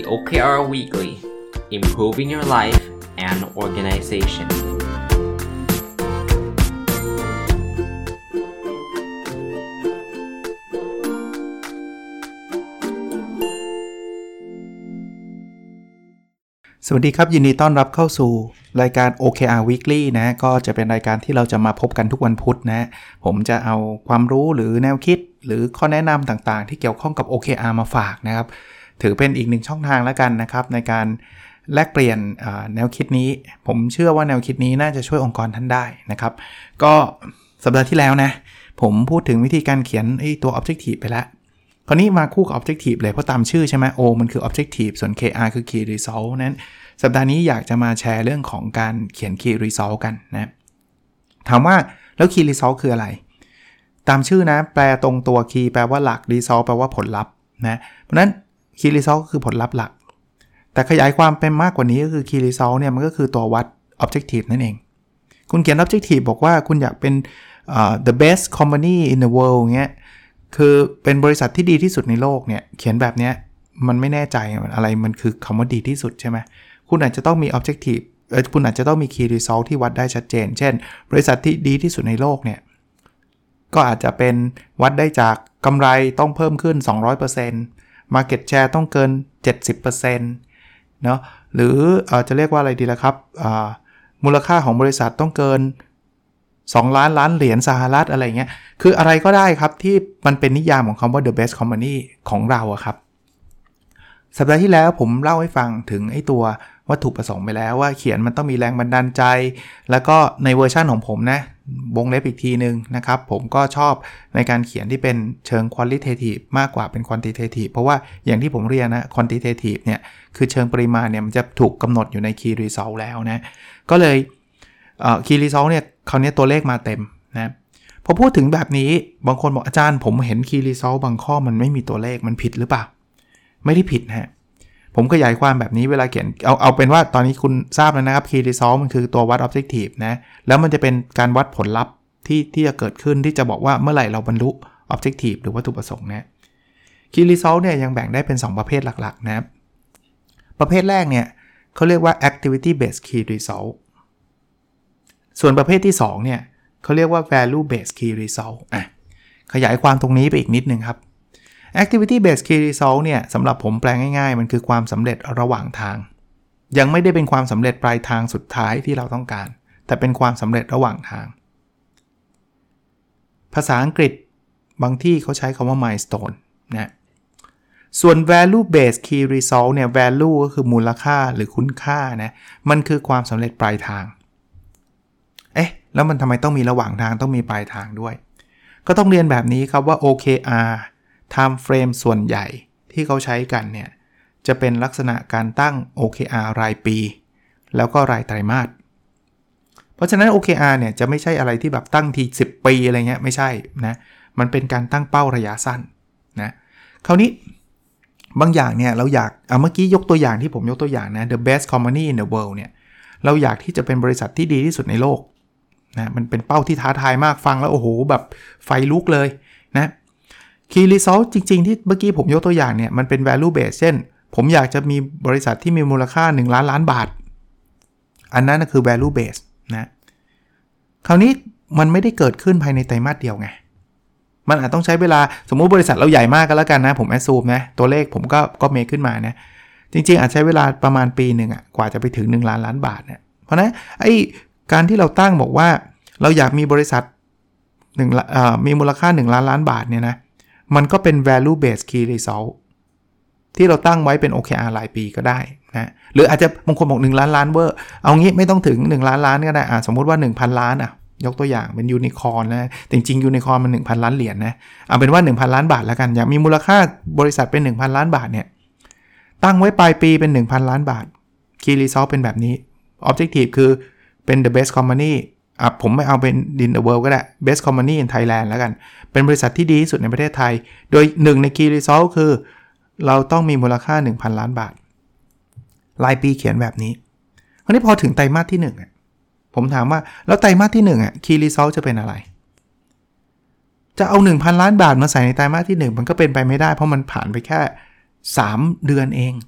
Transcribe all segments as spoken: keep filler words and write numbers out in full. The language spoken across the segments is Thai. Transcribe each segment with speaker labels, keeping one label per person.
Speaker 1: โอ เค อาร์ Weekly Improving Your Life and Organization
Speaker 2: สวัสดีครับยินดีต้อนรับเข้าสู่รายการ โอ เค อาร์ Weekly นะก็จะเป็นรายการที่เราจะมาพบกันทุกวันพุธนะผมจะเอาความรู้หรือแนวคิดหรือข้อแนะนำต่างๆที่เกี่ยวข้องกับ โอ เค อาร์ มาฝากนะครับถือเป็นอีกหนึ่งช่องทางแล้วกันนะครับในการแลกเปลี่ยนแนวคิดนี้ผมเชื่อว่าแนวคิดนี้น่าจะช่วยองค์กรท่านได้นะครับก็สัปดาห์ที่แล้วนะผมพูดถึงวิธีการเขียนไอ้ตัว Objective ไปแล้วคราวนี้มาคู่กับ Objective เลยเพราะตามชื่อใช่ไหม O มันคือ Objective ส่วน เค อาร์ คือ Key Result นั้นสัปดาห์นี้อยากจะมาแชร์เรื่องของการเขียน Key Result กันนะถามว่าแล้ว Key Result คืออะไรตามชื่อนะแปลตรงตัว Key แปลว่าหลัก Result แปลว่าผลลัพธ์นะเพราะนั้น Key Result คือผลลัพธ์หลักแต่ขยายความเป็นมากกว่านี้ก็คือ Key Result เนี่ยมันก็คือตัววัด Objective นั่นเองคุณเขียน Objective บอกว่าคุณอยากเป็น uh, the best company in the world เงี้ยคือเป็นบริษัทที่ดีที่สุดในโลกเนี่ยเขียนแบบเนี้ยมันไม่แน่ใจอะไรมันคือคำว่าดีที่สุดใช่ไหมคุณอาจจะต้องมี objective เอ่อคุณอาจจะต้องมี key result ที่วัดได้ชัดเจนเช่นบริษัทที่ดีที่สุดในโลกเนี่ยก็อาจจะเป็นวัดได้จากกำไรต้องเพิ่มขึ้น สองร้อยเปอร์เซ็นต์ market share ต้องเกิน เจ็ดสิบเปอร์เซ็นต์ เนาะหรือเอ่อจะเรียกว่าอะไรดีล่ะครับอ่ามูลค่าของบริษัทต้องเกินสองล้านล้านเหรียญสหรัฐอะไรเงี้ยคืออะไรก็ได้ครับที่มันเป็นนิยามของคำว่า the best company ของเราอะครับสัปดาห์ที่แล้วผมเล่าให้ฟังถึงไอ้ตัววัตถุประสงค์ไปแล้วว่าเขียนมันต้องมีแรงบันดาลใจแล้วก็ในเวอร์ชั่นของผมนะวงเล็บอีกทีนึงนะครับผมก็ชอบในการเขียนที่เป็นเชิง qualitative มากกว่าเป็น quantitative เพราะว่าอย่างที่ผมเรียนนะ quantitative เนี่ยคือเชิงปริมาณเนี่ยมันจะถูกกำหนดอยู่ใน key result แล้วนะก็เลยเอ่อ key result เนี่ยคราวนี้ตัวเลขมาเต็มนะพอพูดถึงแบบนี้บางคนบอกอาจารย์ผมเห็น key result บางข้อมันไม่มีตัวเลขมันผิดหรือเปล่าไม่ได้ผิดนะฮะผมขยายความแบบนี้เวลาเขียนเอาเอาเป็นว่าตอนนี้คุณทราบแล้วนะครับ key result มันคือตัววัด objective นะแล้วมันจะเป็นการวัดผลลัพธ์ที่ที่จะเกิดขึ้นที่จะบอกว่าเมื่อไหร่เราบรรลุ objective หรือวัตถุประสงค์นะ key result เนี่ยยังแบ่งได้เป็นสองประเภทหลักๆนะประเภทแรกเนี่ยเขาเรียกว่า activity based key result ส่วนประเภทที่สองเนี่ยเขาเรียกว่า value based key result อ่ะขยายความตรงนี้ไปอีกนิดนึงครับ activity based key result เนี่ยสำหรับผมแปลง่ายๆมันคือความสำเร็จระหว่างทางยังไม่ได้เป็นความสำเร็จปลายทางสุดท้ายที่เราต้องการแต่เป็นความสำเร็จระหว่างทางภาษาอังกฤษบางที่เขาใช้คำว่า milestone นะส่วน value based key result เนี่ย value ก็คือมูลค่าหรือคุณค่านะมันคือความสำเร็จปลายทางเอ๊ะแล้วมันทำไมต้องมีระหว่างทางต้องมีปลายทางด้วยก็ต้องเรียนแบบนี้ครับว่า โอ เค อาร์ time frame ส่วนใหญ่ที่เขาใช้กันเนี่ยจะเป็นลักษณะการตั้ง โอ เค อาร์ รายปีแล้วก็รายไตรมาสเพราะฉะนั้น โอ เค อาร์ เนี่ยจะไม่ใช่อะไรที่แบบตั้งทีสิบปีอะไรเงี้ยไม่ใช่นะมันเป็นการตั้งเป้าระยะสั้นนะคราวนี้บางอย่างเนี่ยเราอยากเอาเมื่อกี้ยกตัวอย่างที่ผมยกตัวอย่างนะ the best company in the world เนี่ยเราอยากที่จะเป็นบริษัทที่ดีที่สุดในโลกนะมันเป็นเป้าที่ท้าทายมากฟังแล้วโอ้โหแบบไฟลุกเลยนะ Key Result จริงๆที่เมื่อกี้ผมยกตัวอย่างเนี่ยมันเป็น value based เช่นผมอยากจะมีบริษัทที่มีมูลค่าหนึ่งล้านล้านบาทอันนั้นคือ value based นะคราวนี้มันไม่ได้เกิดขึ้นภายในไตรมาสเดียวไงมันอาจต้องใช้เวลาสมมุติบริษัทเราใหญ่มากก็แล้วกันนะผมแอสซูมนะตัวเลขผมก็ก็เมคขึ้นมานะจริงๆอาจใช้เวลาประมาณปีนึงอ่ะกว่าจะไปถึงหนึ่งล้านล้านบาทเนี่ยเพราะนั้นไอ้การที่เราตั้งบอกว่าเราอยากมีบริษัทหนึ่งเอ่อมีมูลค่าหนึ่งล้านล้านบาทเนี่ยนะมันก็เป็น value based key result ที่เราตั้งไว้เป็น โอ เค อาร์ รายปีก็ได้นะหรืออาจจะบางคนบอกหนึ่งล้านล้านเวอร์เอางี้ไม่ต้องถึงหนึ่งล้านล้านก็ได้อ่ะสมมุติว่า หนึ่งพัน ล้านอ่ะยกตัวอย่างเป็นยูนิคอร์นนะจริงๆยูนิคอร์นมัน หนึ่งพัน ล้านเหรียญนะเอาเป็นว่า หนึ่งพัน ล้านบาทแล้วกันอยากมีมูลค่าบริษัทเป็น หนึ่งพัน ล้านบาทเนี่ยตั้งไว้ปลายปีเป็น หนึ่งพัน ล้านบาท Key Result เป็นแบบนี้ Objective คือเป็น the best company อ่ะผมไม่เอาเป็น in the world ก็ได้ best company in Thailand แล้วกันเป็นบริษัทที่ดีที่สุดในประเทศไทยโดยหนึ่งใน Key Result คือเราต้องมีมูลค่า หนึ่งพัน ล้านบาทรายปีเขียนแบบนี้คราวนี้พอถึงไตรมาสที่หนึ่งอ่ะผมถามว่าแล้วไตรมาสที่หนึ่งอ่ะ Key Result จะเป็นอะไรจะเอา หนึ่งพัน ล้านบาทมาใส่ในไตรมาสที่หนึ่งมันก็เป็นไปไม่ได้เพราะมันผ่านไปแค่สามเดือนเอง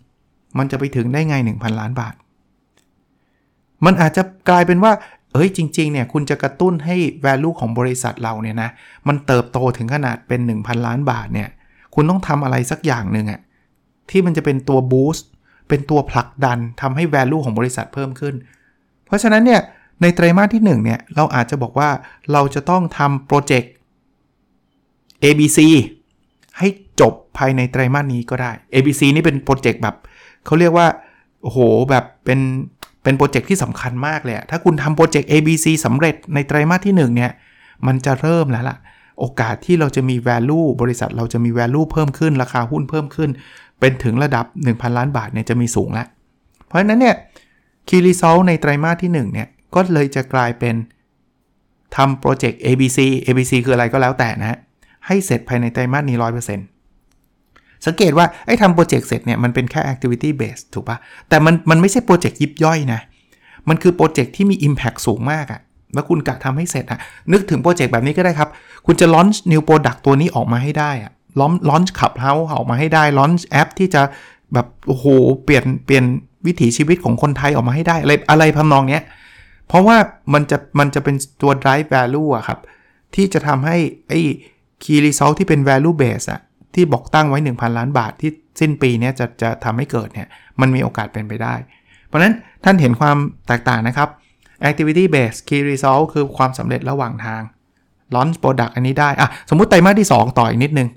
Speaker 2: มันจะไปถึงได้ไง หนึ่งพัน ล้านบาทมันอาจจะกลายเป็นว่าเอ้ยจริงๆเนี่ยคุณจะกระตุ้นให้ value ของบริษัทเราเนี่ยนะมันเติบโตถึงขนาดเป็น หนึ่งพัน ล้านบาทเนี่ยคุณต้องทำอะไรสักอย่างนึงอะที่มันจะเป็นตัว boost เป็นตัวผลักดันทำให้ value ของบริษัทเพิ่มขึ้นเพราะฉะนั้นเนี่ยในไตรมาสที่หนึ่งเนี่ยเราอาจจะบอกว่าเราจะต้องทำโปรเจกต์ เอ บี ซี ให้จบภายในไตรมาสนี้ก็ได้ เอ บี ซี นี่เป็นโปรเจกต์แบบเขาเรียกว่าโอ้โหแบบเป็นเป็นโปรเจกต์ที่สำคัญมากเลยถ้าคุณทำโปรเจกต์ เอ บี ซี สำเร็จในไตรมาสที่หนึ่งเนี่ยมันจะเริ่มแล้วล่ะโอกาสที่เราจะมี value บริษัทเราจะมี value เพิ่มขึ้นราคาหุ้นเพิ่มขึ้นเป็นถึงระดับ หนึ่งพัน ล้านบาทเนี่ยจะมีสูงแล้วเพราะฉะนั้นเนี่ย Key Result ในไตรมาสที่หนึ่งเนี่ยก็เลยจะกลายเป็นทำโปรเจกต์ เอ บี ซี เอ บี ซี คืออะไรก็แล้วแต่นะให้เสร็จภายในไตรมาสนี้ ร้อยเปอร์เซ็นต์ สังเกตว่าไอ้ทำโปรเจกต์เสร็จเนี่ยมันเป็นแค่ activity based ถูกปะแต่มันมันไม่ใช่โปรเจกต์ยิบย่อยนะมันคือโปรเจกต์ที่มี impact สูงมากอะแล้วคุณกะทำให้เสร็จอะนึกถึงโปรเจกต์แบบนี้ก็ได้ครับคุณจะ launch new product ตัวนี้ออกมาให้ได้อะ launch Clubhouse ออกมาให้ได้ launch แอปที่จะแบบโอ้โหเปลี่ยนเปลี่ยนวิถีชีวิตของคนไทยออกมาให้ได้อะไรอะไรทำนองเนี้ยเพราะว่ามันจะมันจะเป็นตัว drive value อะครับที่จะทำให้ไอ้ key result ที่เป็น value base อะที่บอกตั้งไว้ หนึ่งพัน ล้านบาทที่สิ้นปีนี้จะจะทำให้เกิดเนี่ยมันมีโอกาสเป็นไปได้เพราะนั้นท่านเห็นความแตกต่างนะครับ activity based key result คือความสำเร็จระหว่างทาง launch product อันนี้ได้อะสมมุติไตรมาสที่สองต่ออีกนิดนึง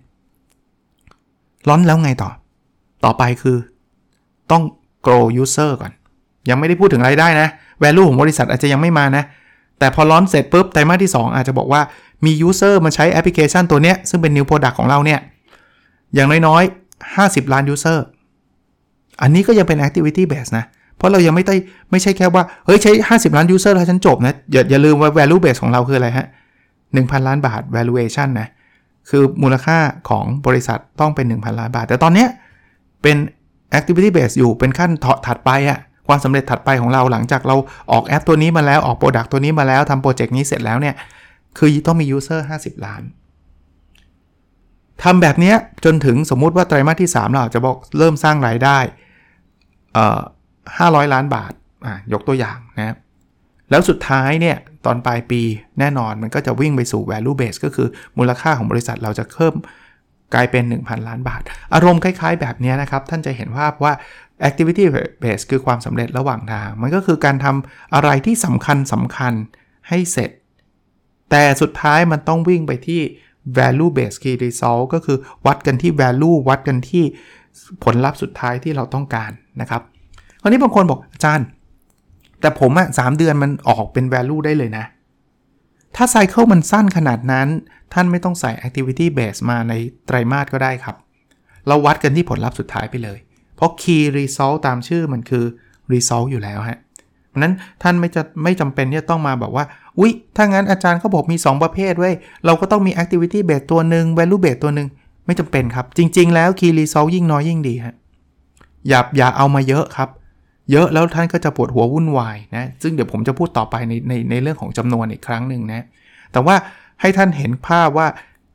Speaker 2: launch แล้วไงต่อต่อไปคือต้อง grow user ก่อนยังไม่ได้พูดถึงรายได้นะ value ของบริษัทอาจจะยังไม่มานะแต่พอ launch เสร็จปุ๊บไตรมาสที่สองอาจจะบอกว่ามี user มาใช้แอปพลิเคชันตัวเนี้ยซึ่งเป็น new product ของเราเนี่ยอย่างน้อยๆห้าสิบล้าน user อันนี้ก็ยังเป็น activity base นะเพราะเรายังไม่ได้ไม่ใช่แค่ว่าเฮ้ยใช้ห้าสิบล้าน user แล้วฉันจบนะอย่าอย่าลืมว่า value base ของเราคืออะไรฮะ หนึ่งพัน ล้านบาท valuation นะคือมูลค่าของบริษัทต้องเป็น หนึ่งพัน ล้านบาทแต่ตอนเนี้ยเป็น activity base อยู่เป็นขั้นถัดไปอะความสำเร็จถัดไปของเราหลังจากเราออกแอปตัวนี้มาแล้วออก product ตัวนี้มาแล้วทำโปรเจกต์นี้เสร็จแล้วเนี่ยคือต้องมี user ห้าสิบล้านทำแบบนี้จนถึงสมมุติว่าไตรมาสที่สามเราจะบอกเริ่มสร้างรายได้เอ่อห้าร้อยล้านบาทอ่ะยกตัวอย่างนะแล้วสุดท้ายเนี่ยตอนปลายปีแน่นอนมันก็จะวิ่งไปสู่ value base ก็คือมูลค่าของบริษัทเราจะเพิ่มกลายเป็น หนึ่งพัน ล้านบาทอารมณ์คล้ายๆแบบนี้นะครับท่านจะเห็นภาพว่า activity base คือความสำเร็จระหว่างทางมันก็คือการทำอะไรที่สำคัญสำคัญให้เสร็จแต่สุดท้ายมันต้องวิ่งไปที่ value based key result ก็คือวัดกันที่ value วัดกันที่ผลลัพธ์สุดท้ายที่เราต้องการนะครับคราวนี้บางคนบอกอาจารย์แต่ผมอ่ะสามเดือนมันออกเป็น value ได้เลยนะถ้าไซเคิลมันสั้นขนาดนั้นท่านไม่ต้องใส่ activity base มาในไตรมาสก็ได้ครับเราวัดกันที่ผลลัพธ์สุดท้ายไปเลยเพราะ key result ตามชื่อมันคือ result อยู่แล้วฮะเพราะนั้นท่านไม่จะไม่จำเป็นที่จะต้องมาบอกว่าอุ๊ยถ้างั้นอาจารย์เขาบอกมีสองประเภทเว้ยเราก็ต้องมี activity base ตัวหนึ่ง value base ตัวหนึ่งไม่จำเป็นครับจริงๆแล้ว key result ยิ่งน้อยยิ่งดีฮะอย่าอย่าเอามาเยอะครับเยอะแล้วท่านก็จะปวดหัววุ่นวายนะซึ่งเดี๋ยวผมจะพูดต่อไปในในในเรื่องของจำนวนอีกครั้งหนึ่งนะแต่ว่าให้ท่านเห็นภาพว่า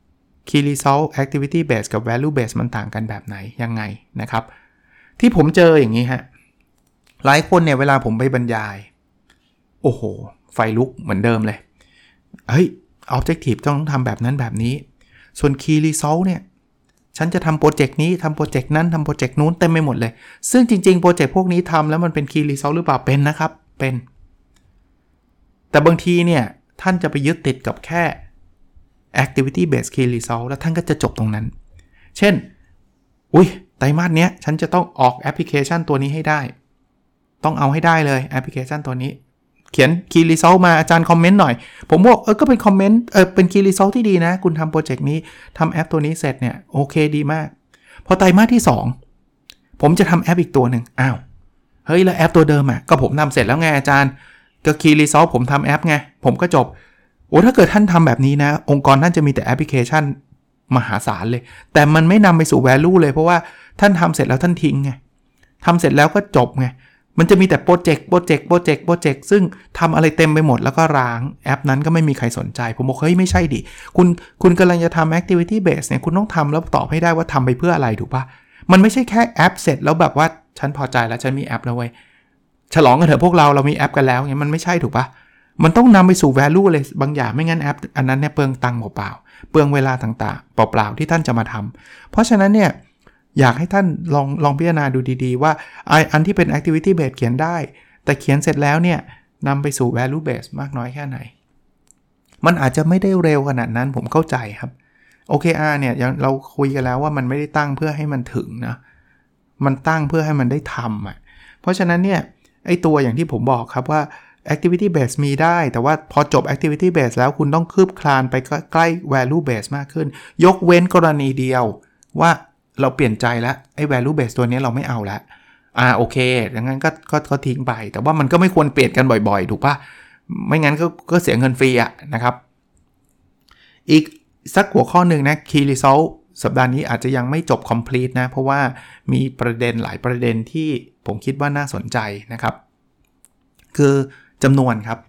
Speaker 2: key result activity base กับ value base มันต่างกันแบบไหนยังไงนะครับที่ผมเจออย่างนี้ฮะหลายคนเนี่ยเวลาผมไปบรรยายโอ้โหไฟลุกเหมือนเดิมเลยเฮ้ย objective ต้องทำแบบนั้นแบบนี้ส่วน key result เนี่ยฉันจะทำโปรเจกต์นี้ทำโปรเจกต์นั้นทำโปรเจกต์นู้นเต็มไปหมดเลยซึ่งจริงๆโปรเจกต์พวกนี้ทำแล้วมันเป็น key result หรือเปล่าเป็นนะครับเป็นแต่บางทีเนี่ยท่านจะไปยึดติดกับแค่ activity based key result แล้วท่านก็จะจบตรงนั้นเช่นอุ๊ยไตรมาสเนี้ยฉันจะต้องออกแอปพลิเคชันตัวนี้ให้ได้ต้องเอาให้ได้เลยแอปพลิเคชันตัวนี้เขียน key result มาอาจารย์คอมเมนต์หน่อยผมบอกเออก็เป็นคอมเมนต์เออเป็น key result ที่ดีนะคุณทำโปรเจกต์นี้ทำแอปตัวนี้เสร็จเนี่ยโอเคดีมากพอไตรมาสที่สองผมจะทำแอปอีกตัวหนึ่งอ้าวเฮ้ยแล้วแอปตัวเดิมอ่ะก็ผมทำเสร็จแล้วไงอาจารย์ก็ key result ผมทำแอปไงผมก็จบโอ้ถ้าเกิดท่านทำแบบนี้นะองค์กรท่านจะมีแต่แอปพลิเคชันมหาศาลเลยแต่มันไม่นำไปสู่ value เลยเพราะว่าท่านทำเสร็จแล้วท่านทิ้งไงทำเสร็จแล้วก็จบไงมันจะมีแต่โปรเจกต์โปรเจกต์โปรเจกต์โปรเจกต์ซึ่งทำอะไรเต็มไปหมดแล้วก็ร้างแอปนั้นก็ไม่มีใครสนใจผมบอกเฮ้ยไม่ใช่ดิคุณคุณกำลังจะทำ activity base เนี่ยคุณต้องทำแล้วตอบให้ได้ว่าทำไปเพื่ออะไรถูกปะมันไม่ใช่แค่แอปเสร็จแล้วแบบว่าฉันพอใจแล้วฉันมีแอปแล้วเว้ยฉลองกันเถอะพวกเราเรามีแอปกันแล้วเนี่ยมันไม่ใช่ถูกปะมันต้องนำไปสู่ value เลยบางอย่างไม่งั้นแอปอันนั้นเนี่ยเปลืองตังค์เปล่าๆเปลืองเวลาต่างๆเปล่าๆที่ท่านจะมาทำเพราะฉะนั้นเนี่ยอยากให้ท่านลองลองพิจารณาดูดีๆว่าอันที่เป็น activity based เขียนได้แต่เขียนเสร็จแล้วเนี่ยนำไปสู่ value based มากน้อยแค่ไหนมันอาจจะไม่ได้เร็วขนาดนั้นผมเข้าใจครับ โอ เค อาร์ เนี่ยเราคุยกันแล้วว่ามันไม่ได้ตั้งเพื่อให้มันถึงนะมันตั้งเพื่อให้มันได้ทำอ่ะเพราะฉะนั้นเนี่ยไอตัวอย่างที่ผมบอกครับว่า activity based มีได้แต่ว่าพอจบ activity based แล้วคุณต้องคืบคลานไปใกล้ value based มากขึ้นยกเว้นกรณีเดียวว่าเราเปลี่ยนใจแล้วไอ้ value based ตัวนี้เราไม่เอาแล้วอ่าโอเคดังนั้นก็ก็ก็ทิ้งไปแต่ว่ามันก็ไม่ควรเปลี่ยนกันบ่อยๆถูกป่ะไม่งั้นก็ก็เสียเงินฟรีอ่ะนะครับอีกสักหัวข้อหนึ่งนะ Key Result สัปดาห์นี้อาจจะยังไม่จบ complete นะเพราะว่ามีประเด็นหลายประเด็นที่ผมคิดว่าน่าสนใจนะครับคือจำนวนครับ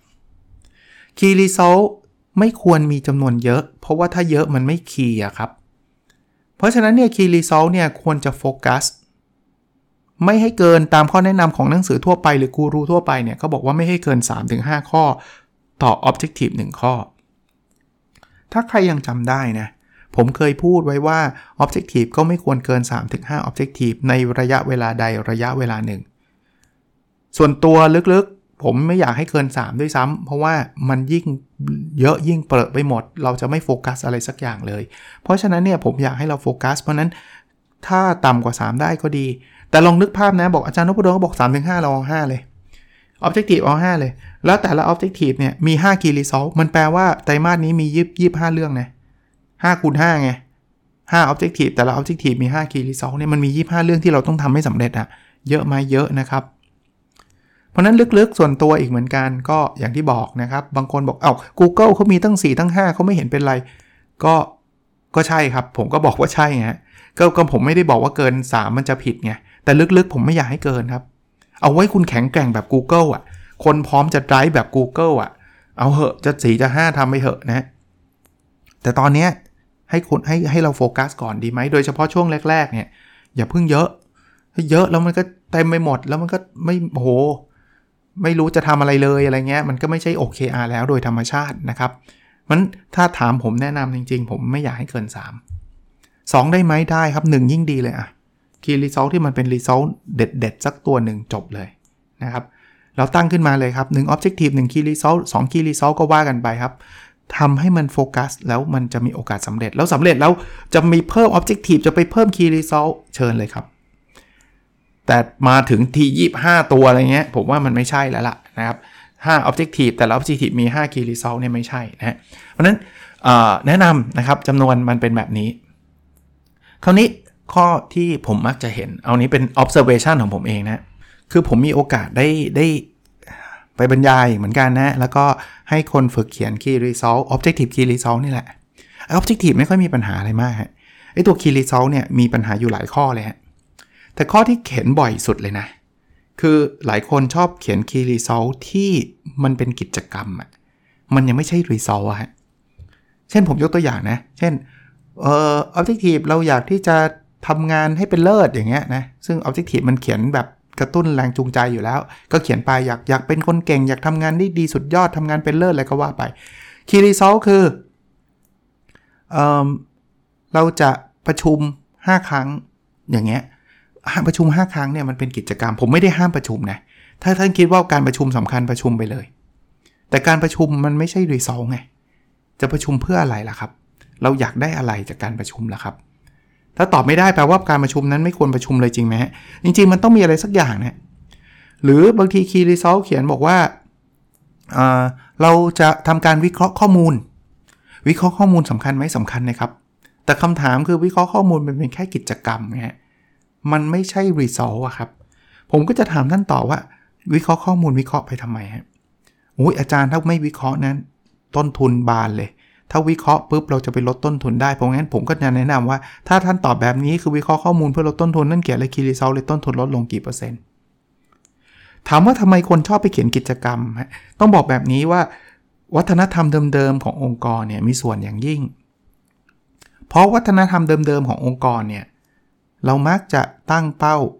Speaker 2: Key Result ไม่ควรมีจำนวนเยอะเพราะว่าถ้าเยอะมันไม่ key อะครับเพราะฉะนั้นเนี่ย Key Result เนี่ยควรจะโฟกัสไม่ให้เกินตามข้อแนะนำของหนังสือทั่วไปหรือกูรูทั่วไปเนี่ยเขาบอกว่าไม่ให้เกิน สามถึงห้า ข้อต่อ objective หนึ่งข้อถ้าใครยังจำได้นะผมเคยพูดไว้ว่า objective ก็ไม่ควรเกิน สามถึงห้า objective ในระยะเวลาใดระยะเวลาหนึ่งส่วนตัวลึกๆผมไม่อยากให้เกินสามด้วยซ้ำเพราะว่ามันยิ่งเยอะยิ่งเปรอะไปหมดเราจะไม่โฟกัสอะไรสักอย่างเลยเพราะฉะนั้นเนี่ยผมอยากให้เราโฟกัสเพราะนั้นถ้าต่ำกว่าสามได้ก็ดีแต่ลองนึกภาพนะบอกอาจารย์นพดลก็บอก สามถึงห้า เราเอาห้าเลย objective เอาห้าเลยแล้วแต่ละ objective เนี่ยมีห้า key result มันแปลว่าไตรมาสนี้มียี่สิบห้าเรื่องนะห้าคูณห้าไงห้า objective แต่ละ objective มีห้า key result เนี่ยมันมียี่สิบห้าเรื่องที่เราต้องทำให้สำเร็จอะเยอะมาเยอะนะครับเพราะนั้นลึกๆส่วนตัวอีกเหมือนกันก็อย่างที่บอกนะครับบางคนบอกเอ้า Google เขามีตั้งสี่ตั้งห้าเขาไม่เห็นเป็นไรก็ก็ใช่ครับผมก็บอกว่าใช่ฮะก็ก็ผมไม่ได้บอกว่าเกินสามมันจะผิดไงแต่ลึกๆผมไม่อยากให้เกินครับเอาไว้คุณแข็งแกร่งแบบ Google อ่ะคนพร้อมจะ drive แบบ Google อ่ะเอาเหอะจะสี่จะห้าทำไปเหอะนะแต่ตอนนี้ให้คุณให้ให้เราโฟกัสก่อนดีไหมโดยเฉพาะช่วงแรกๆเนี่ยอย่าเพิ่งเยอะเยอะแล้วมันก็เต็มไปหมดแล้วมันก็ไม่โหไม่รู้จะทำอะไรเลยอะไรเงี้ยมันก็ไม่ใช่ โอ เค อาร์ แล้วโดยธรรมชาตินะครับมันถ้าถามผมแนะนำจริงๆผมไม่อยากให้เกินสามสองได้ไหมได้ครับหนึ่งยิ่งดีเลยอะ Key Result ที่มันเป็น Result เด็ดๆสักตัวหนึ่งจบเลยนะครับเราตั้งขึ้นมาเลยครับหนึ่ง Objective หนึ่ง Key Result สอง Key Result ก็ว่ากันไปครับทำให้มันโฟกัสแล้วมันจะมีโอกาสสำเร็จแล้วสำเร็จแล้วจะมีเพิ่ม Objective จะไปเพิ่ม Key Result เชิญเลยครับแต่มาถึงที่ยี่สิบห้าตัวอะไรเงี้ยผมว่ามันไม่ใช่แล้วล่ะนะครับห้า Objective แต่ละ Objective มีห้า Key Result เนี่ยไม่ใช่นะเพราะฉะนั้นแนะนำนะครับจำนวนมันเป็นแบบนี้คราวนี้ข้อที่ผมมักจะเห็นเอานี้เป็น observation ของผมเองนะคือผมมีโอกาสได้ได้ไปบรรยายเหมือนกันนะแล้วก็ให้คนฝึกเขียน Key Result Objective Key Result นี่แหละ Objective ไม่ค่อยมีปัญหาอะไรมากฮะไอ้ตัว Key Result เนี่ยมีปัญหาอยู่หลายข้อเลยฮะแต่ข้อที่เขียนบ่อยสุดเลยนะคือหลายคนชอบเขียน Key Result ที่มันเป็นกิจกรรมอ่ะมันยังไม่ใช่ Result อะฮะเช่นผมยกตัวอย่างนะเช่นเอ่อ Objective เราอยากที่จะทำงานให้เป็นเลิศอย่างเงี้ยนะซึ่ง Objective มันเขียนแบบกระตุ้นแรงจูงใจอยู่แล้วก็เขียนไปอยากอยากเป็นคนเก่งอยากทำงานได้ดีสุดยอดทำงานเป็นเลิศอะไรก็ว่าไป Key Result คือเอ่อเราจะประชุมห้าครั้งอย่างเงี้ยประชุมห้าครั้งเนี่ยมันเป็นกิจกรรมผมไม่ได้ห้ามประชุมนะถ้าท่านคิดว่าการประชุมสำคัญประชุมไปเลยแต่การประชุมมันไม่ใช่ Result ไงจะประชุมเพื่ออะไรล่ะครับเราอยากได้อะไรจากการประชุมล่ะครับถ้าตอบไม่ได้แปลว่าการประชุมนั้นไม่ควรประชุมเลยจริงไหมจริงๆมันต้องมีอะไรสักอย่างนะหรือบางที Key Result เขียนบอกว่าเอ่อเราจะทำการวิเคราะห์ข้อมูลวิเคราะห์ข้อมูลสำคัญไหมสำคัญนะครับแต่คำถามคือวิเคราะห์ข้อมูลมันเป็นแค่กิจกรรมไงมันไม่ใช่ Result อะครับผมก็จะถามท่านต่อว่าวิเคราะห์ข้อมูลวิเคราะห์ไปทำไมฮะโอ้ยอาจารย์ถ้าไม่วิเคราะห์นั้นต้นทุนบานเลยถ้าวิเคราะห์ปุ๊บเราจะไปลดต้นทุนได้เพราะงั้นผมก็จะแนะนำว่าถ้าท่านตอบแบบนี้คือวิเคราะห์ข้อมูลเพื่อลดต้นทุนนั่นเกี่ยวกับ Key Result เลยต้นทุนลดลงกี่เปอร์เซ็นต์ถามว่าทำไมคนชอบไปเขียนกิจกรรมต้องบอกแบบนี้ว่าวัฒนธรรมเดิมๆขององค์กรเนี่ยมีส่วนอย่างยิ่งเพราะวัฒนธรรมเดิมๆขององค์กรเนี่ยเรามักจะตั้งเป้า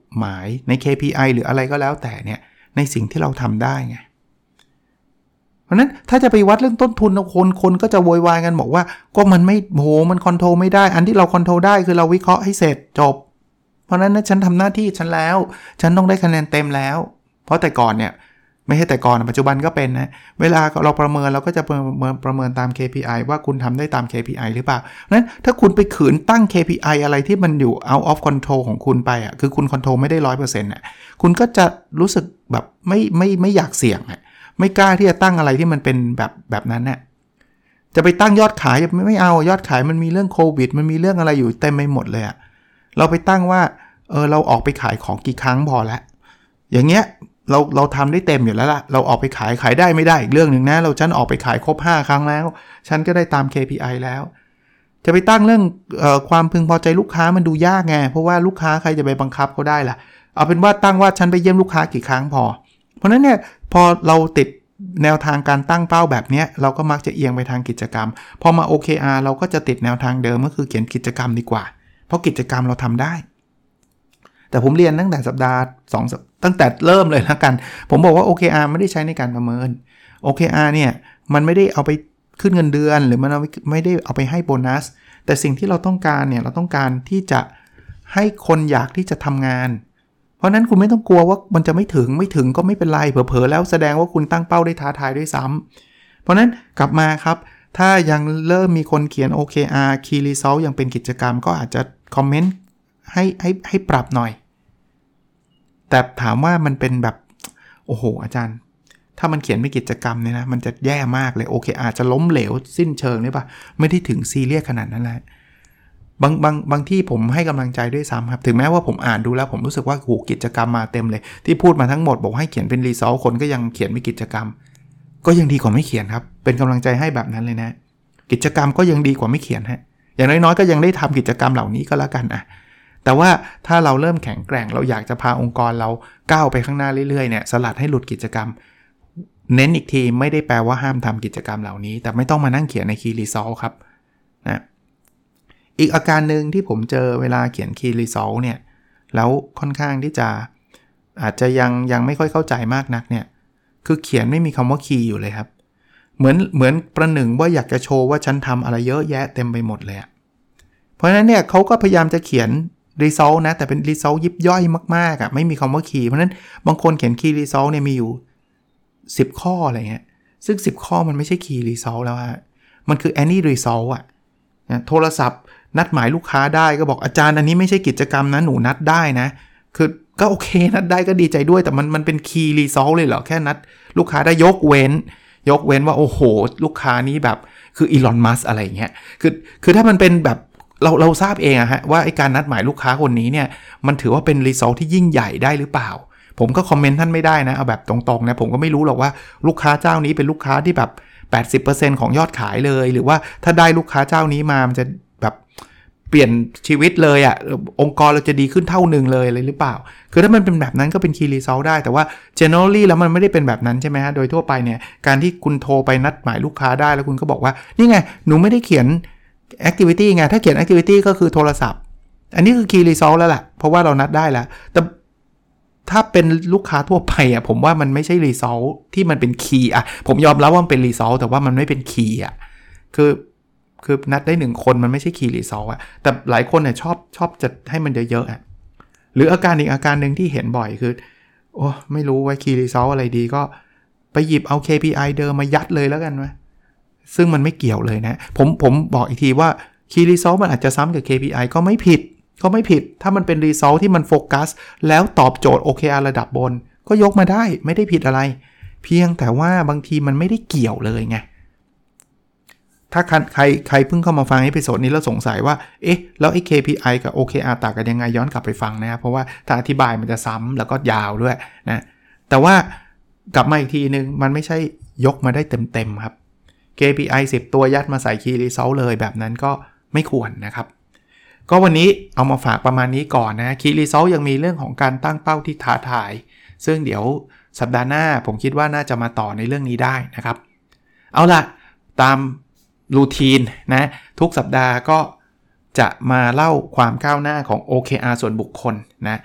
Speaker 2: หมายใน เค พี ไอ หรืออะไรก็แล้วแต่เนี่ยในสิ่งที่เราทำได้ไงเพราะนั้นถ้าจะไปวัดเรื่องต้นทุนคนคนก็จะโวยวายกันบอกว่าก็มันไม่โหมันคอนโทรลไม่ได้อันที่เราคอนโทรลได้คือเราวิเคราะห์ให้เสร็จจบเพราะนั้นนะฉันทำหน้าที่ฉันแล้วฉันต้องได้คะแนนเต็มแล้วเพราะแต่ก่อนเนี่ยไม่ใช่แต่ก่อนปัจจุบันก็เป็นนะเวลาเราประเมินเราก็จะประเมินประเมินตาม เค พี ไอ ว่าคุณทำได้ตาม เค พี ไอ หรือเปล่านั้นถ้าคุณไปขืนตั้ง เค พี ไอ อะไรที่มันอยู่ out of control ของคุณไปอ่ะคือคุณคอนโทรลไม่ได้ ร้อยเปอร์เซ็นต์ อ่ะคุณก็จะรู้สึกแบบไม่ไม่ไม่อยากเสี่ยงอ่ะไม่กล้าที่จะตั้งอะไรที่มันเป็นแบบแบบนั้นน่ะจะไปตั้งยอดขายไม่ไม่เอายอดขายมันมีเรื่องโควิดมันมีเรื่องอะไรอยู่เต็มไปหมดเลยอ่ะเราไปตั้งว่าเออเราออกไปขายของกี่ครั้งพอแล้วอย่างเงี้ยเราเราทำได้เต็มอยู่แล้วล่ะเราออกไปขายขายได้ไม่ได้อีกเรื่องนึงนะเราฉันออกไปขายครบห้าครั้งแล้วฉันก็ได้ตาม เค พี ไอ แล้วจะไปตั้งเรื่องเอ่อความพึงพอใจลูกค้ามันดูยากไงเพราะว่าลูกค้าใครจะไปบังคับเขาได้ล่ะเอาเป็นว่าตั้งว่าฉันไปเยี่ยมลูกค้ากี่ครั้งพอเพราะนั้นเนี่ยพอเราติดแนวทางการตั้งเป้าแบบนี้เราก็มักจะเอียงไปทางกิจกรรมพอมา โอ เค อาร์ เราก็จะติดแนวทางเดิมก็คือเขียนกิจกรรมดีกว่าเพราะกิจกรรมเราทำได้แต่ผมเรียนตั้งแต่สัปดาห์สองตั้งแต่เริ่มเลยแล้วกันผมบอกว่า โอ เค อาร์ ไม่ได้ใช้ในการประเมิน โอ เค อาร์ เนี่ยมันไม่ได้เอาไปขึ้นเงินเดือนหรือมันไม่ได้เอาไปให้โบนัสแต่สิ่งที่เราต้องการเนี่ยเราต้องการที่จะให้คนอยากที่จะทำงานเพราะนั้นคุณไม่ต้องกลัวว่ามันจะไม่ถึงไม่ถึงก็ไม่เป็นไรเผลอๆแล้วแสดงว่าคุณตั้งเป้าได้ท้าทายด้วยซ้ำเพราะนั้นกลับมาครับถ้ายังเริ่มมีคนเขียน โอ เค อาร์ Key Result ยังเป็นกิจกรรมก็อาจจะคอมเมนต์ให้ให้ให้ปรับหน่อยแต่ถามว่ามันเป็นแบบโอ้โหอาจารย์ถ้ามันเขียนเป็นกิจกรรมเนี่ยนะมันจะแย่มากเลยโอเคอาจจะล้มเหลวสิ้นเชิงเลยป่ะไม่ได้ถึงซีเรียสขนาดนั้นแหละบางบางบางที่ผมให้กำลังใจด้วยซ้ำครับถึงแม้ว่าผมอ่านดูแล้วผมรู้สึกว่าโหกิจกรรมมาเต็มเลยที่พูดมาทั้งหมดบอกให้เขียนเป็นรีซอลคนก็ยังเขียนเป็นกิจกรรมก็ยังดีกว่าไม่เขียนครับเป็นกำลังใจให้แบบนั้นเลยนะกิจกรรมก็ยังดีกว่าไม่เขียนฮะอย่างน้อยๆก็ยังได้ทำกิจกรรมเหล่านี้ก็แล้วกันอ่ะแต่ว่าถ้าเราเริ่มแข็งแกร่งเราอยากจะพาองค์กรเราก้าวไปข้างหน้าเรื่อยๆเนี่ยสลัดให้หลุดกิจกรรมเน้นอีกทีไม่ได้แปลว่าห้ามทำกิจกรรมเหล่านี้แต่ไม่ต้องมานั่งเขียนใน Key Result ครับนะอีกอาการหนึ่งที่ผมเจอเวลาเขียน Key Result เนี่ยแล้วค่อนข้างที่จะอาจจะยังยังไม่ค่อยเข้าใจมากนักเนี่ยคือเขียนไม่มีคำว่า Key อยู่เลยครับเหมือนเหมือนประหนึ่งว่าอยากจะโชว์ว่าฉันทำอะไรเยอะแยะเต็มไปหมดเลยเพราะฉะนั้นเนี่ยเขาก็พยายามจะเขียน Result นะแต่เป็น Result ยิบย่อยมากๆอ่ะไม่มีคำว่า Key เพราะฉะนั้นบางคนเขียน Key Result เนี่ยมีอยู่สิบข้ออะไรเงี้ยซึ่งสิบข้อมันไม่ใช่ Key Result แล้วฮะมันคือ any result อ่ะนะโทรศัพท์นัดหมายลูกค้าได้ก็บอกอาจารย์อันนี้ไม่ใช่กิจกรรมนะหนูนัดได้นะคือก็โอเคนัดได้ก็ดีใจด้วยแต่มันมันเป็น Key Result เลยเหรอแค่นัดลูกค้าได้ยกเว้นยกเว้นว่าโอ้โหลูกค้านี้แบบคืออีลอนมัสก์อะไรเงี้ยคือคือถ้ามันเป็นแบบเราเราทราบเองอะฮะว่าไอ้การนัดหมายลูกค้าคนนี้เนี่ยมันถือว่าเป็น result ที่ยิ่งใหญ่ได้หรือเปล่าผมก็คอมเมนต์ท่านไม่ได้นะเอาแบบตรงๆนะผมก็ไม่รู้หรอกว่าลูกค้าเจ้านี้เป็นลูกค้าที่แบบ แปดสิบเปอร์เซ็นต์ ของยอดขายเลยหรือว่าถ้าได้ลูกค้าเจ้านี้มามันจะแบบเปลี่ยนชีวิตเลยอ่ะองค์กรเราจะดีขึ้นเท่านึงเลยเลยหรือเปล่าคือถ้ามันเป็นแบบนั้นก็เป็น Key Result ได้แต่ว่า generally แล้วมันไม่ได้เป็นแบบนั้นใช่ไหมฮะโดยทั่วไปเนี่ยการที่คุณโทรไปนัดหมายลูกค้าได้แล้วคุณก็บอกว่านี่ไงหนูไม่ได้เขียน activity ไงถ้าเขียน activity ก็คือโทรศัพท์อันนี้คือ Key Result แล้วแหละเพราะว่าเรานัดได้แล้วแต่ถ้าเป็นลูกค้าทั่วไปอ่ะผมว่ามันไม่ใช่ result ที่มันเป็น key อ่ะผมยอมรับว่ามันเป็น result แต่ว่ามันไม่เป็น key อ่ะคือคือนัดได้หนึ่งคนมันไม่ใช่ key result อ่ะแต่หลายคนเนี่ยชอบชอบจะให้มันเยอะๆอ่ะหรืออาการอีกอาการนึงที่เห็นบ่อยคือโอ้ไม่รู้ว่า key result อะไรดีก็ไปหยิบเอา เค พี ไอ เดิมมายัดเลยแล้วกันวะซึ่งมันไม่เกี่ยวเลยนะผมผมบอกอีกทีว่า key result มันอาจจะซ้ำกับ เค พี ไอ ก็ไม่ผิดก็ไม่ผิดถ้ามันเป็น result ที่มันโฟกัสแล้วตอบโจทย์ โอ เค อาร์ ระดับบนก็ยกมาได้ไม่ได้ผิดอะไรเพียงแต่ว่าบางทีมันไม่ได้เกี่ยวเลยไงถ้าใครใครเพิ่งเข้ามาฟังเอพิโซดนี้แล้วสงสัยว่าเอ๊ะแล้วไอ้ เค พี ไอ กับ โอ เค อาร์ ต่างกันยังไงย้อนกลับไปฟังนะเพราะว่าถ้าอธิบายมันจะซ้ำแล้วก็ยาวด้วยนะแต่ว่ากลับมาอีกทีนึงมันไม่ใช่ยกมาได้เต็มๆครับ เค พี ไอ สิบตัวยัดมาใส่ Key Result เลยแบบนั้นก็ไม่ควรนะครับก็วันนี้เอามาฝากประมาณนี้ก่อนนะ Key Result ยังมีเรื่องของการตั้งเป้าที่ท้าทายซึ่งเดี๋ยวสัปดาห์หน้าผมคิดว่าน่าจะมาต่อในเรื่องนี้ได้นะครับเอาล่ะตามรูทีนนะทุกสัปดาห์ก็จะมาเล่าความก้าวหน้าของ โอ เค อาร์ ส่วนบุคคลนะ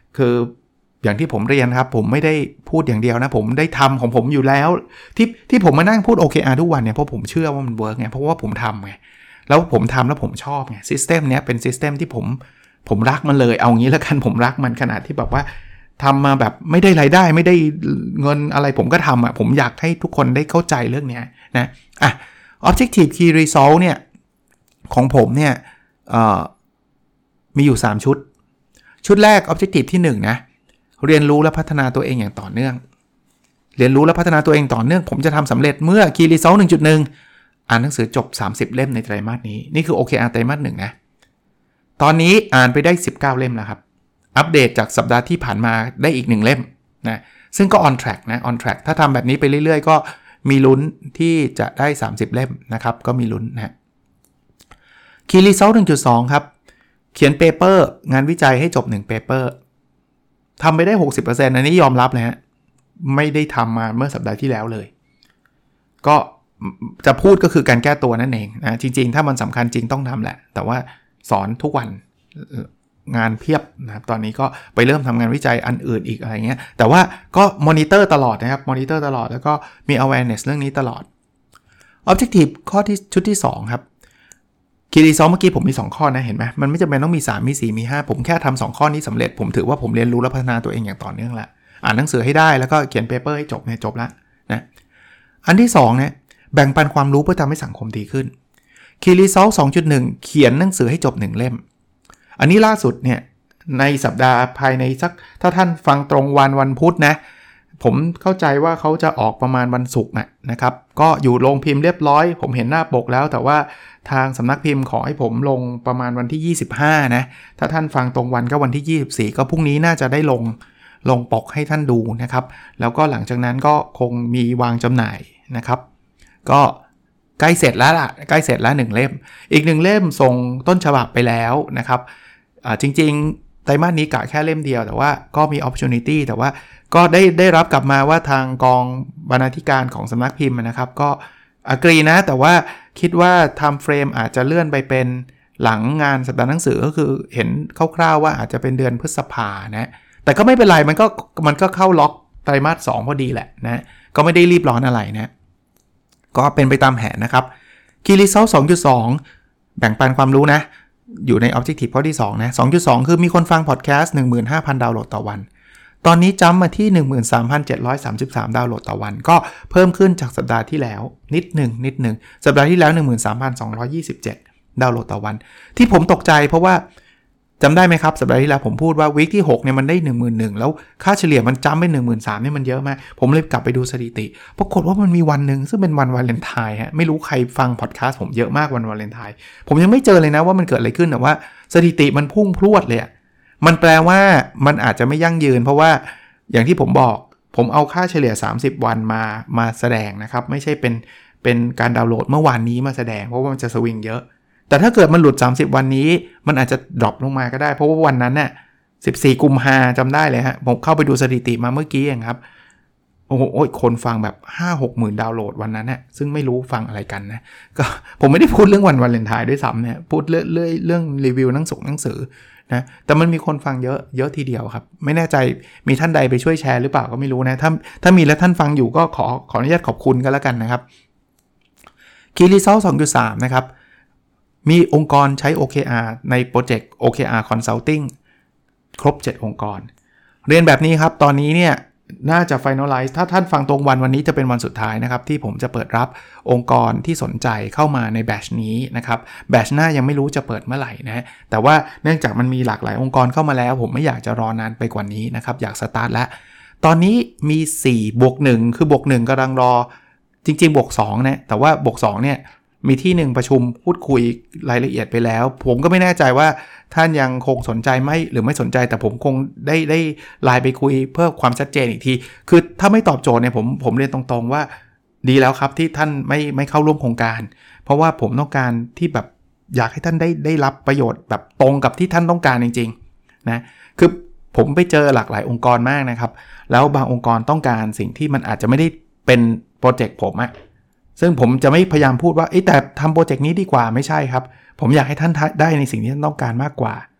Speaker 2: คืออย่างที่ผมเรียนครับผมไม่ได้พูดอย่างเดียวนะผมได้ทำของผมอยู่แล้วที่ที่ผมมานั่งพูด โอ เค อาร์ ทุกวันเนี่ยเพราะผมเชื่อว่ามันเวิร์กไงเพราะว่าผมทำไงแล้วผมทำแล้วผมชอบไงซิสเต็มเนี้ยเป็นซิสเต็มที่ผมผมรักมันเลยเอางี้แล้วกันผมรักมันขนาดที่แบบว่าทำมาแบบไม่ได้รายได้ไม่ได้เงินอะไรผมก็ทำอ่ะผมอยากให้ทุกคนได้เข้าใจเรื่องนี้นะอ่ะ Objective Key Result เนี่ยของผมเนี่ยเอ่อมีอยู่สามชุดชุดแรก Objective ที่หนึ่งนะเรียนรู้และพัฒนาตัวเองอย่างต่อเนื่องเรียนรู้และพัฒนาตัวเองต่อเนื่องผมจะทำสำเร็จเมื่อ Key Result หนึ่งจุดหนึ่ง อ่านหนังสือจบสามสิบเล่มในไตรมาสนี้นี่คือ โอ เค อาร์ ไตรมาสหนึ่งนะตอนนี้อ่านไปได้สิบเก้าเล่มแล้วครับอัปเดตจากสัปดาห์ที่ผ่านมาได้อีกหนึ่งเล่มนะซึ่งก็ on track นะ on track ถ้าทำแบบนี้ไปเรื่อยๆก็มีลุ้นที่จะได้สามสิบเล่มนะครับก็มีลุ้นนะ Key Result หนึ่งจุดสอง ครับเขียนเปเปอร์งานวิจัยให้จบหนึ่งเปเปอร์ทำไปได้ หกสิบเปอร์เซ็นต์ อันนี้ยอมรับเลยฮะไม่ได้ทำมาเมื่อสัปดาห์ที่แล้วเลยก็จะพูดก็คือการแก้ตัวนั่นเองนะจริงๆถ้ามันสำคัญจริงต้องทำแหละแต่ว่าสอนทุกวันงานเพียบนะครับตอนนี้ก็ไปเริ่มทำงานวิจัยอันอื่นอีกอะไรเงี้ยแต่ว่าก็มอนิเตอร์ตลอดนะครับมอนิเตอร์ตลอดแล้วก็มี awareness เรื่องนี้ตลอด Objective ข้อที่ชุดที่สองครับคีรีซอเมื่อกี้ผมมีสองข้อนะเห็นไหมมันไม่จำเป็นต้องมีสามมีสี่มีห้าผมแค่ทำสองข้อนี้สำเร็จผมถือว่าผมเรียนรู้และพัฒนาตัวเองอย่างต่อเนื่องละอ่านหนังสือให้ได้แล้วก็เขียนเปเปอร์ให้จบเนี่ยจบละนะอันที่สองเนี่ยแบ่งปันความรู้เพื่อทำให้สังคมดีขึ้น Key Result สองจุดหนึ่ง เขียนหนังสือให้จบหนึ่งเล่มอันนี้ล่าสุดเนี่ยในสัปดาห์ภายในสักถ้าท่านฟังตรงวันวันพุธนะผมเข้าใจว่าเขาจะออกประมาณวันศุกร์นะครับก็อยู่โรงพิมพ์เรียบร้อยผมเห็นหน้าปกแล้วแต่ว่าทางสำนักพิมพ์ขอให้ผมลงประมาณวันที่ยี่สิบห้านะถ้าท่านฟังตรงวันก็วันที่ยี่สิบสี่ก็พรุ่งนี้น่าจะได้ลงลงปกให้ท่านดูนะครับแล้วก็หลังจากนั้นก็คงมีวางจำหน่ายนะครับก็ใกล้เสร็จแล้วล่ะใกล้เสร็จแล้วหนึ่งเล่มอีกหนึ่งเล่มส่งต้นฉบับไปแล้วนะครับอ่าจริงๆไตรมาสนี้กะแค่เล่มเดียวแต่ว่าก็มี opportunity แต่ว่าก็ได้ได้รับกลับมาว่าทางกองบรรณาธิการของสำนักพิมพ์นะครับก็อกรีนะแต่ว่าคิดว่า time frame อาจจะเลื่อนไปเป็นหลังงานสัปดาห์หนังสือก็คือเห็นคร่าวๆว่าอาจจะเป็นเดือนพฤษภานะแต่ก็ไม่เป็นไรมันก็มันก็เข้าล็อกไตรมาสสองพอดีแหละนะก็ไม่ได้รีบร้อนอะไรนะก็เป็นไปตามแผนนะครับ Key Result สองจุดสอง แบ่งปันความรู้นะอยู่ใน Objective ข้อที่สองนะ สองจุดสอง คือมีคนฟังพอดแคสต์ หนึ่งหมื่นห้าพัน ดาวน์โหลดต่อวันตอนนี้จัมป์มาที่ หนึ่งหมื่นสามพันเจ็ดร้อยสามสิบสาม ดาวน์โหลดต่อวันก็เพิ่มขึ้นจากสัปดาห์ที่แล้วนิดหนึ่งนิดหนึ่งสัปดาห์ที่แล้ว หนึ่งหมื่นสามพันสองร้อยยี่สิบเจ็ด ดาวน์โหลดต่อวันที่ผมตกใจเพราะว่าจำได้ไหมครับสัปดาห์ที่แล้วผมพูดว่าวีคที่หกเนี่ยมันได้ หนึ่งหมื่นหนึ่งพัน แล้วค่าเฉลี่ยมันจัมป์ไป หนึ่งหมื่นสามพัน นี่มันเยอะมากผมเลยกลับไปดูสถิติปรากฏว่ามันมีวันนึงซึ่งเป็นวันวาเลนไทน์ฮะไม่รู้ใครฟังพอดแคสต์ผมเยอะมากวันวาเลนไทน์ผมยังไม่เจอเลยนะว่ามันเกิดอะไรขึ้นแต่ว่าสถิติมันพุ่งพรวดเลยมันแปลว่ามันอาจจะไม่ยั่งยืนเพราะว่าอย่างที่ผมบอกผมเอาค่าเฉลี่ยสามสิบวันมามาแสดงนะครับไม่ใช่เป็นเป็นการดาวน์โหลดเมื่อวานนี้มาแสดงเพราะว่ามันจะสวิงเยอะแต่ถ้าเกิดมันหลุดสามสิบวันนี้มันอาจจะดรอปลงมาก็ได้เพราะว่าวันนั้นน่ะสิบสี่กุมภาพันธ์จำได้เลยฮะผมเข้าไปดูสถิติมาเมื่อกี้เองครับโอ้โหคนฟังแบบ ห้าหกหมื่น ดาวน์โหลดวันนั้นน่ะซึ่งไม่รู้ฟังอะไรกันนะก็ผมไม่ได้พูดเรื่องวันวาเลนไทน์ด้วยซ้ำเนี่ยพูดเรื่องเรื่องรีวิวหนังสือหนังสือนะแต่มันมีคนฟังเยอะเยอะทีเดียวครับไม่แน่ใจมีท่านใดไปช่วยแชร์หรือเปล่าก็ไม่รู้นะถ้าถ้ามีแล้วท่านฟังอยู่ก็ขอขออนุญาตขอบคุณกันแล้วกันนะครับ Key Result สองจุดสาม นะครับมีองค์กรใช้ โอ เค อาร์ ในโปรเจกต์ โอ เค อาร์ Consulting ครบเจ็ดองค์กรเรียนแบบนี้ครับตอนนี้เนี่ยน่าจะ finalize ถ้าท่านฟังตรงวันวันนี้จะเป็นวันสุดท้ายนะครับที่ผมจะเปิดรับองค์กรที่สนใจเข้ามาในแบตช์นี้นะครับแบตช์หน้ายังไม่รู้จะเปิดเมื่อไหร่นะแต่ว่าเนื่องจากมันมีหลากหลายองค์กรเข้ามาแล้วผมไม่อยากจะรอนานไปกว่านี้นะครับอยากสตาร์ทแล้วตอนนี้มีสี่บวกหนึ่งคือบวกหนึ่งกำลังรอจริงๆบวกสองนะแต่ว่าบวกสองเนี่ยมีที่หนึ่งประชุมพูดคุยรายละเอียดไปแล้วผมก็ไม่แน่ใจว่าท่านยังคงสนใจไหมหรือไม่สนใจแต่ผมคงได้ได้ไลน์ไปคุยเพื่อความชัดเจนอีกทีคือถ้าไม่ตอบโจทย์เนี่ยผมผมเรียนตรงๆว่าดีแล้วครับที่ท่านไม่ไม่เข้าร่วมโครงการเพราะว่าผมต้องการที่แบบอยากให้ท่านได้ได้รับประโยชน์แบบตรงกับที่ท่านต้องการจริงๆนะคือผมไปเจอหลากหลายองค์กรมากนะครับแล้วบางองค์กรต้องการสิ่งที่มันอาจจะไม่ได้เป็นโปรเจกต์ผมอะซึ่งผมจะไม่พยายามพูดว่าแต่ทำโปรเจกต์นี้ดีกว่าไม่ใช่ครับผมอยากให้ท่านได้ในสิ่งที่ท่านต้องการมากกว่า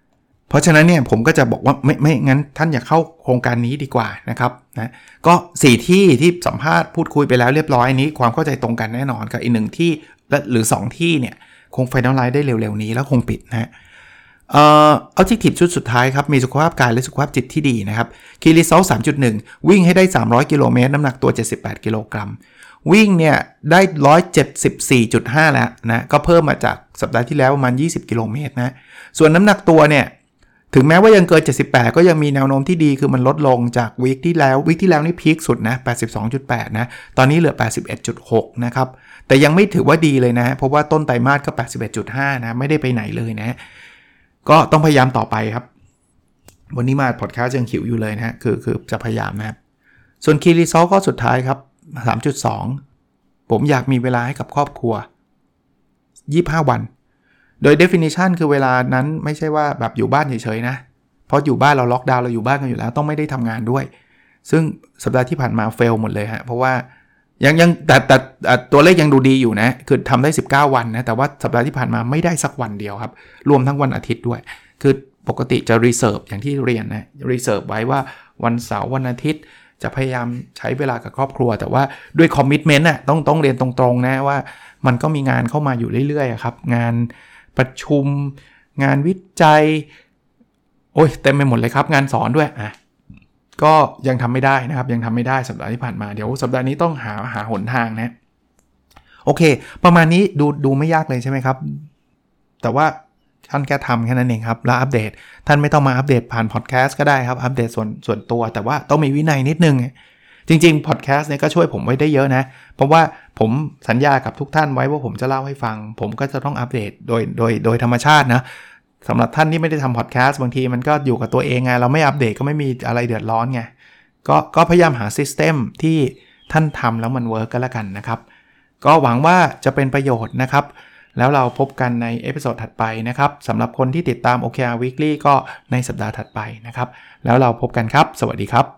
Speaker 2: เพราะฉะนั้นเนี่ยผมก็จะบอกว่าไม่ไม่งั้นท่านอย่าเข้าโครงการนี้ดีกว่านะครับนะก็สี่ที่ที่สัมภาษณ์พูดคุยไปแล้วเรียบร้อยนี้ความเข้าใจตรงกันแน่นอนกับอีกหนึ่งที่หรือสองที่เนี่ยคง finalize ได้เร็วๆนี้แล้วคงปิดนะเอ่อ objective ชุดสุดท้ายครับมีสุขภาพกายและสุขภาพจิตที่ดีนะครับ Key Result สามจุดหนึ่ง วิ่งให้ได้สามร้อยกิโลเมตรน้ำหนักตัวเจ็ดสิบแปดกิโลกรัมวิ่งเนี่ยได้ หนึ่งร้อยเจ็ดสิบสี่จุดห้า แล้วนะก็เพิ่มมาจากสัปดาห์ที่แล้วประมาณยี่สิบกิโลเมตรนะส่วนน้ำหนักตัวเนี่ยถึงแม้ว่ายังเกินเจ็ดสิบแปดก็ยังมีแนวโน้มที่ดีคือมันลดลงจากวีคที่แล้ววีคที่แล้วนี่พีคสุดนะ แปดสิบสองจุดแปด นะตอนนี้เหลือ แปดสิบเอ็ดจุดหก นะครับแต่ยังไม่ถือว่าดีเลยนะเพราะว่าต้นไตรมาสก็ แปดสิบเอ็ดจุดห้า นะไม่ได้ไปไหนเลยนะก็ต้องพยายามต่อไปครับวันนี้มาพอดแคสต์ยังขิวอยู่เลยนะคือคือจะพยายามนะครับส่วน Key Result ก็สุดท้ายครับ สามจุดสอง ผมอยากมีเวลาให้กับครอบครัวยี่สิบห้าวันโดย definition คือเวลานั้นไม่ใช่ว่าแบบอยู่บ้านเฉยๆนะเพราะอยู่บ้านเราล็อกดาวน์เราอยู่บ้านกันอยู่แล้วต้องไม่ได้ทำงานด้วยซึ่งสัปดาห์ที่ผ่านมาเฟลหมดเลยฮะเพราะว่ายังยังแต่แต่ตัวเลขยังดูดีอยู่นะคือทำได้สิบเก้าวันนะแต่ว่าสัปดาห์ที่ผ่านมาไม่ได้สักวันเดียวครับรวมทั้งวันอาทิตย์ด้วยคือปกติจะ reserve อย่างที่เรียนนะ reserve ไว้ว่าวันเสาร์วันอาทิตย์จะพยายามใช้เวลากับครอบครัวแต่ว่าด้วย commitment น่ะต้องต้องเรียนตรงๆนะว่ามันก็มีงานเข้ามาอยู่เรื่อยๆครับงานประชุมงานวิจัยโอ้ยเต็มไปหมดเลยครับงานสอนด้วยอ่ะก็ยังทำไม่ได้นะครับยังทำไม่ได้สัปดาห์ที่ผ่านมาเดี๋ยวสัปดาห์นี้ต้องหาหาหนทางนะโอเคประมาณนี้ดูดูไม่ยากเลยใช่ไหมครับแต่ว่าท่านแค่ทำแค่นั้นเองครับแล้วอัปเดตท่านไม่ต้องมาอัปเดตผ่านพอดแคสต์ก็ได้ครับอัปเดตส่วนส่วนตัวแต่ว่าต้องมีวินัยนิดนึงจริงๆพอดแคสต์เนี่ยก็ช่วยผมไว้ได้เยอะนะเพราะว่าผมสัญญากับทุกท่านไว้ว่าผมจะเล่าให้ฟังผมก็จะต้องอัปเดตโดยโดยโดยธรรมชาตินะสำหรับท่านที่ไม่ได้ทำพอดแคสต์บางทีมันก็อยู่กับตัวเองไงเราไม่อัปเดตก็ไม่มีอะไรเดือดร้อนไงก็ก็พยายามหาซิสเต็มที่ท่านทำแล้วมันเวิร์กก็แล้วกันนะครับก็หวังว่าจะเป็นประโยชน์นะครับแล้วเราพบกันในเอพิโซดถัดไปนะครับสำหรับคนที่ติดตาม โอ เค อาร์ Weekly ก็ในสัปดาห์ถัดไปนะครับแล้วเราพบกันครับสวัสดีครับ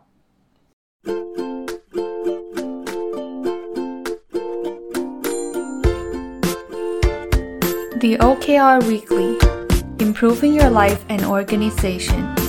Speaker 3: The โอ เค อาร์ Weekly Improving Your Life and Organization